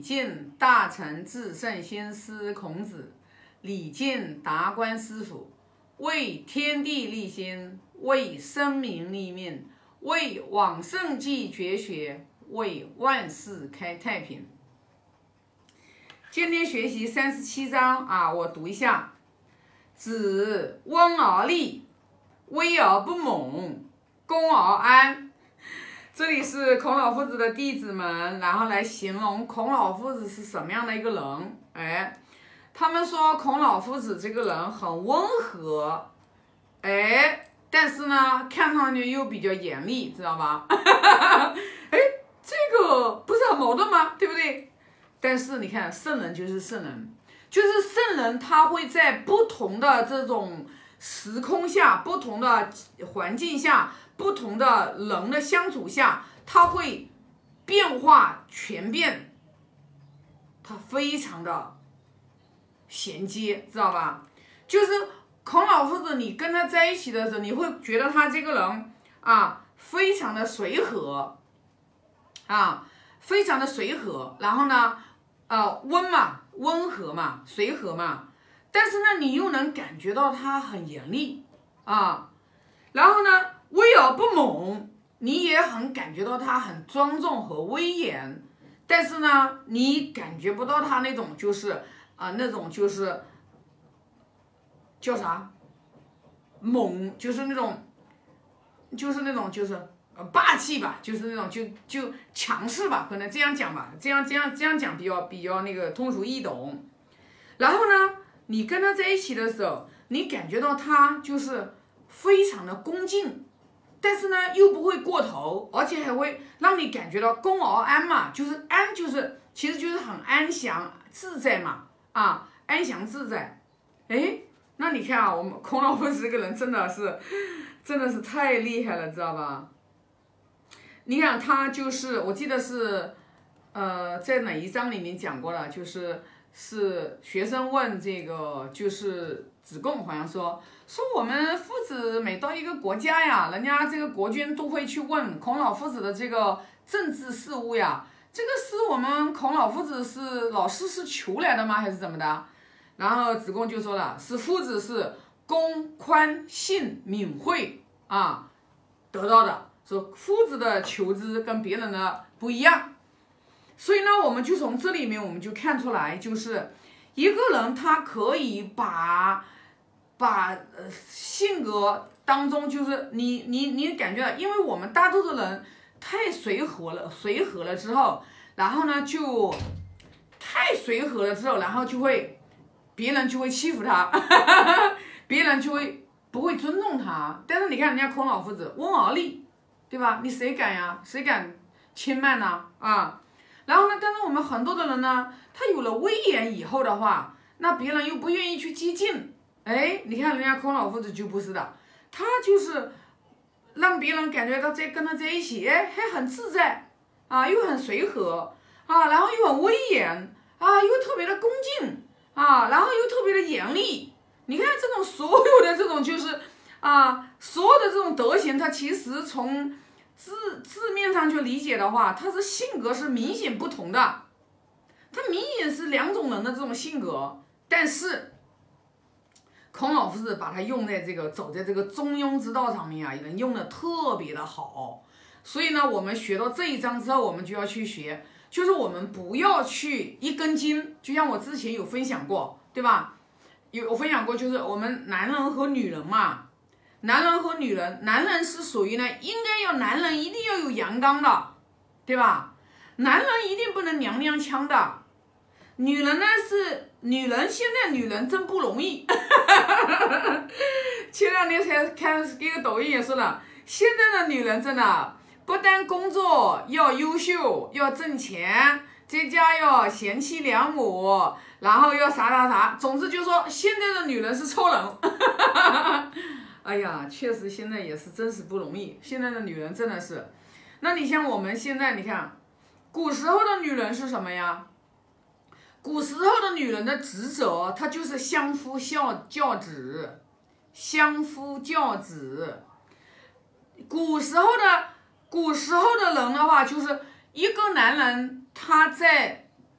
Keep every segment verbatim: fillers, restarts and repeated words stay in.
晋大臣至圣先师孔子，礼敬达观师傅，为天地立心，为生民立命，为往圣继绝学，为万世开太平。今天学习三十七章啊，我读一下：子温而立，威而不猛，恭而安。这里是孔老夫子的弟子们，然后来形容孔老夫子是什么样的一个人。哎，他们说孔老夫子这个人很温和，哎，但是呢，看上去又比较严厉，知道吧？哎，这个不是很矛盾吗？对不对？但是你看，圣人就是圣人，就是圣人，他会在不同的这种时空下、不同的环境下、不同的人的相处下，他会变化全变，他非常的衔接，知道吧？就是孔老夫子，你跟他在一起的时候，你会觉得他这个人啊，非常的随和啊，非常的随和，然后呢，呃，温嘛，温和嘛，随和嘛，但是呢，你又能感觉到他很严厉啊，然后呢，威而不猛，你也很感觉到他很庄重和威严，但是呢，你感觉不到他那种就是啊、呃、那种就是叫啥猛，就是那种就是那种就是呃霸气吧，就是那种就就强势吧，可能这样讲吧，这样这样这样讲比较比较那个通俗易懂。然后呢，你跟他在一起的时候，你感觉到他就是非常的恭敬，但是呢又不会过头，而且还会让你感觉到恭而安嘛，就是安就是其实就是很安详自在嘛，啊，安详自在。哎，那你看啊，我们孔老夫子这个人真的是真的是太厉害了，知道吧？你看他就是我记得是呃在哪一章里面讲过了，就是是学生问这个就是子贡，好像说说我们夫子每到一个国家呀，人家这个国君都会去问孔老夫子的这个政治事务呀，这个是我们孔老夫子是老师是求来的吗，还是怎么的？然后子贡就说了，是夫子是恭宽信敏惠啊得到的，说夫子的求知跟别人的不一样。所以呢，我们就从这里面我们就看出来，就是一个人他可以把把呃性格当中，就是你你你感觉到，因为我们大多数人太随和了，随和了之后，然后呢就太随和了之后，然后就会别人就会欺负他，别人就会不会尊重他。但是你看人家孔老夫子温而立，对吧？你谁敢呀？谁敢轻慢呢？啊！然后呢，但是我们很多的人呢，他有了威严以后的话，那别人又不愿意去接近。哎，你看人家孔老夫子就不是的，他就是让别人感觉到在跟他在一起，哎，还很自在啊，又很随和啊，然后又很威严啊，又特别的恭敬啊，然后又特别的严厉。你看这种所有的这种就是啊，所有的这种德行，它其实从字字面上去理解的话，它是性格是明显不同的，它明显是两种人的这种性格，但是孔老夫子把它用在这个走在这个中庸之道上面啊，人用的特别的好。所以呢，我们学到这一章之后，我们就要去学，就是我们不要去一根筋，就像我之前有分享过，对吧？有我分享过，就是我们男人和女人嘛。男人和女人，男人是属于呢，应该要男人一定要有阳刚的，对吧？男人一定不能娘娘腔的。女人呢是女人，现在女人真不容易。前两天才看一个抖音也说了，现在的女人真的不但工作要优秀，要挣钱，在家要贤妻良母，然后要啥啥啥，总之就说现在的女人是超人。哎呀，确实现在也是真是不容易，现在的女人真的是。那你像我们现在，你看，古时候的女人是什么呀？古时候的女人的职责，她就是相夫教教子，相夫教子。古时候的古时候的人的话，就是一个男人他在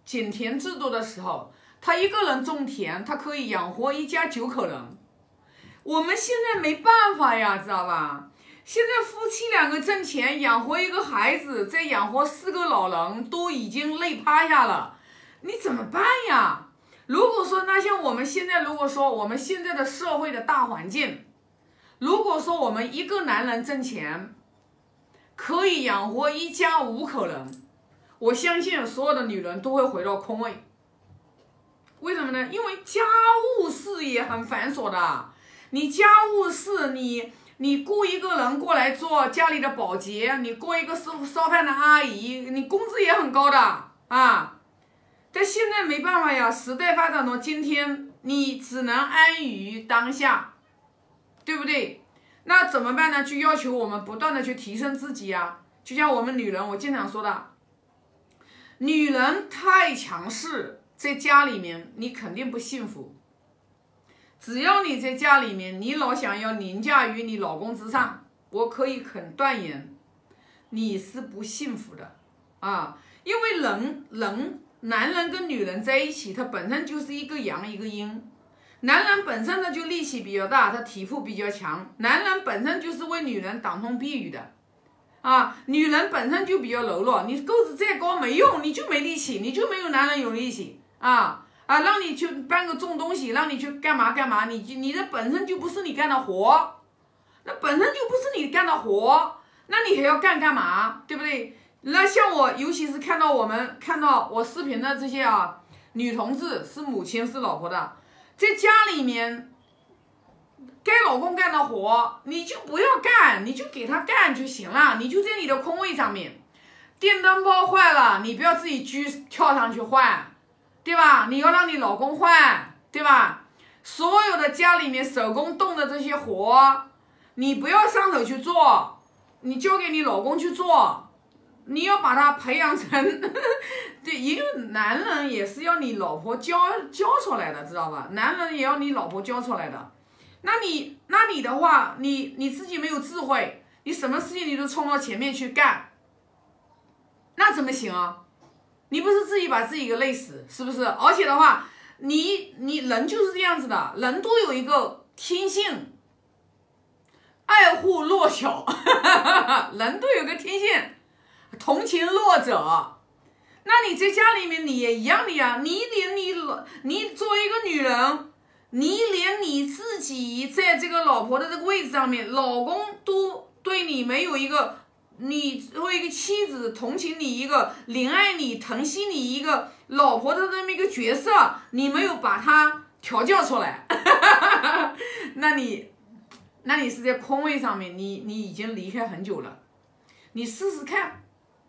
井田制度的时候，他一个人种田，他可以养活一家九口人。我们现在没办法呀，知道吧？现在夫妻两个挣钱养活一个孩子，再养活四个老人，都已经累趴下了，你怎么办呀？如果说那像我们现在，如果说我们现在的社会的大环境，如果说我们一个男人挣钱可以养活一家五口人，我相信所有的女人都会回到空位。为什么呢？因为家务事也很繁琐的，你家务事你你雇一个人过来做家里的保洁，你雇一个烧烧饭的阿姨，你工资也很高的啊。但现在没办法呀，时代发展到今天，你只能安于当下，对不对？那怎么办呢？就要求我们不断的去提升自己呀。就像我们女人，我经常说的，女人太强势，在家里面你肯定不幸福。只要你在家里面，你老想要凌驾于你老公之上，我可以很断言，你是不幸福的啊！因为人人男人跟女人在一起，他本身就是一个阳一个阴。男人本身呢就力气比较大，他体魄比较强，男人本身就是为女人挡风避雨的啊，女人本身就比较柔弱，你个子再高没用，你就没力气，你就没有男人有力气啊。啊，让你去搬个重东西，让你去干嘛干嘛，你你的本身就不是你干的活，那本身就不是你干的活，那你还要干干嘛，对不对？那像我，尤其是看到我们看到我视频的这些啊女同志，是母亲是老婆的，在家里面该老公干的活你就不要干，你就给他干就行了，你就在你的空位上面，电灯泡坏了，你不要自己去跳上去换。对吧？你要让你老公换，对吧？所有的家里面手工动的这些活，你不要上手去做，你交给你老公去做，你要把他培养成，对，因为男人也是要你老婆教教出来的，知道吧？男人也要你老婆教出来的。那你那你的话，你你自己没有智慧，你什么事情你都冲到前面去干，那怎么行啊？你不是自己把自己给累死，是不是？而且的话，你你人就是这样子的，人都有一个天性，爱护弱小，人都有个天性，同情弱者。那你在家里面你也一样的呀，你连你你作为一个女人，你连你自己在这个老婆的这个位置上面，老公都对你没有一个。你作为一个妻子，同情你一个，怜爱你，疼惜你一个老婆的这么一个角色，你没有把它调教出来，那你，那你是在空位上面，你你已经离开很久了。你试试看，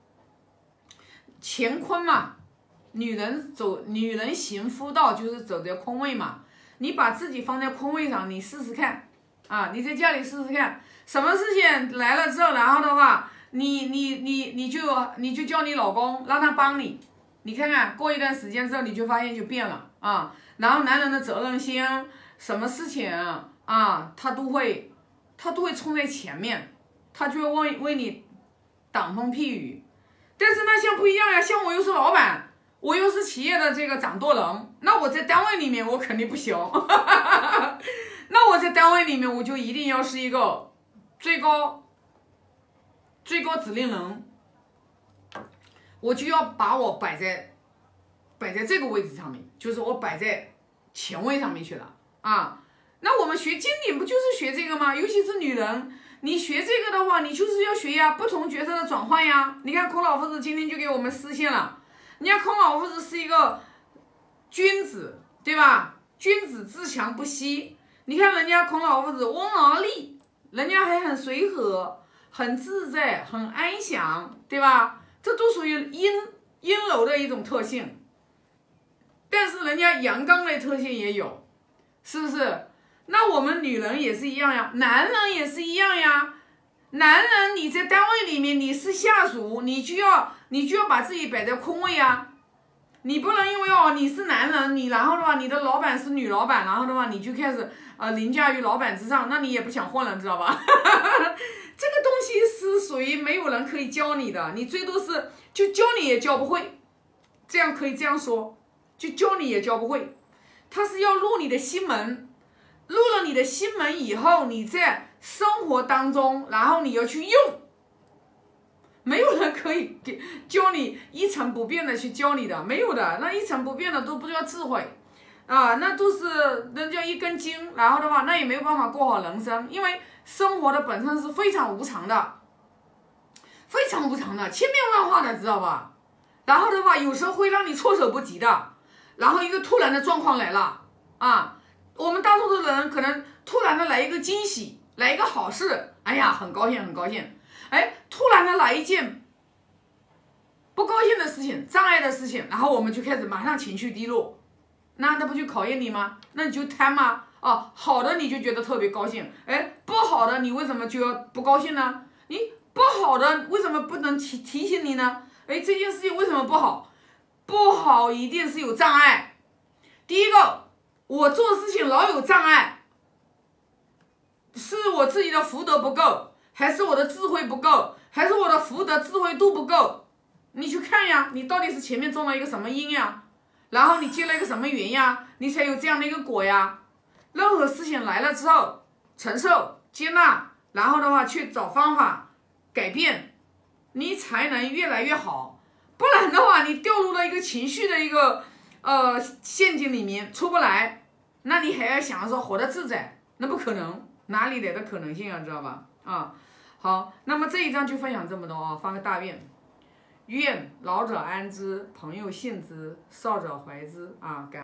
乾坤嘛，女人走，女人行夫道就是走在空位嘛。你把自己放在空位上，你试试看啊！你在家里试试看，什么事情来了之后，然后的话。你你你你就你就叫你老公让他帮你，你看看过一段时间之后你就发现就变了啊。然后男人的责任心，什么事情啊，他都会他都会冲在前面，他就会为为你挡风避雨。但是呢，像不一样呀，像我又是老板，我又是企业的这个掌舵人，那我在单位里面我肯定不行，那我在单位里面我就一定要是一个最高。最高指令人，我就要把我摆在摆在这个位置上面，就是我摆在前位上面去了啊。那我们学经典不就是学这个吗？尤其是女人，你学这个的话，你就是要学呀，不同角色的转换呀。你看孔老夫子今天就给我们实现了，你看孔老夫子是一个君子，对吧？君子自强不息。你看人家孔老夫子温而立，人家还很随和。很自在，很安详，对吧？这都属于阴阴柔的一种特性，但是人家阳刚的特性也有，是不是？那我们女人也是一样呀，男人也是一样呀。男人你在单位里面你是下属，你就要你就要把自己摆在空位啊，你不能因为哦你是男人，你然后的话你的老板是女老板，然后的话你就开始呃凌驾于老板之上，那你也不想混了，知道吧？这个东西是属于没有人可以教你的，你最多是就教你也教不会， 这样可以这样说，就教你也教不会。他是要入你的心门，入了你的心门以后，你在生活当中，然后你要去用。没有人可以给教你一成不变的去教你的，没有的，那一成不变的都不叫智慧啊，那都是人家一根筋，然后的话，那也没有办法过好人生，因为生活的本身是非常无常的，非常无常的，千变万化的，知道吧？然后的话，有时候会让你措手不及的，然后一个突然的状况来了啊，我们大多数的人可能突然的来一个惊喜，来一个好事，哎呀，很高兴，很高兴。哎，突然的来一件不高兴的事情、障碍的事情，然后我们就开始马上情绪低落，那那不就考验你吗？那你就贪吗？哦，好的你就觉得特别高兴，哎，不好的你为什么就要不高兴呢？你不好的为什么不能提提醒你呢？哎，这件事情为什么不好？不好一定是有障碍。第一个，我做事情老有障碍，是我自己的福德不够。还是我的智慧不够，还是我的福德智慧度不够？你去看呀，你到底是前面种了一个什么因呀，然后你结了一个什么缘呀，你才有这样的一个果呀。任何事情来了之后，承受、接纳，然后的话去找方法改变，你才能越来越好。不然的话，你掉入了一个情绪的一个呃陷阱里面出不来，那你还要想说活得自在，那不可能，哪里来的可能性啊，知道吧？啊，好，那么这一章就分享这么多啊，发个大愿，愿老者安之，朋友信之，少者怀之啊，感。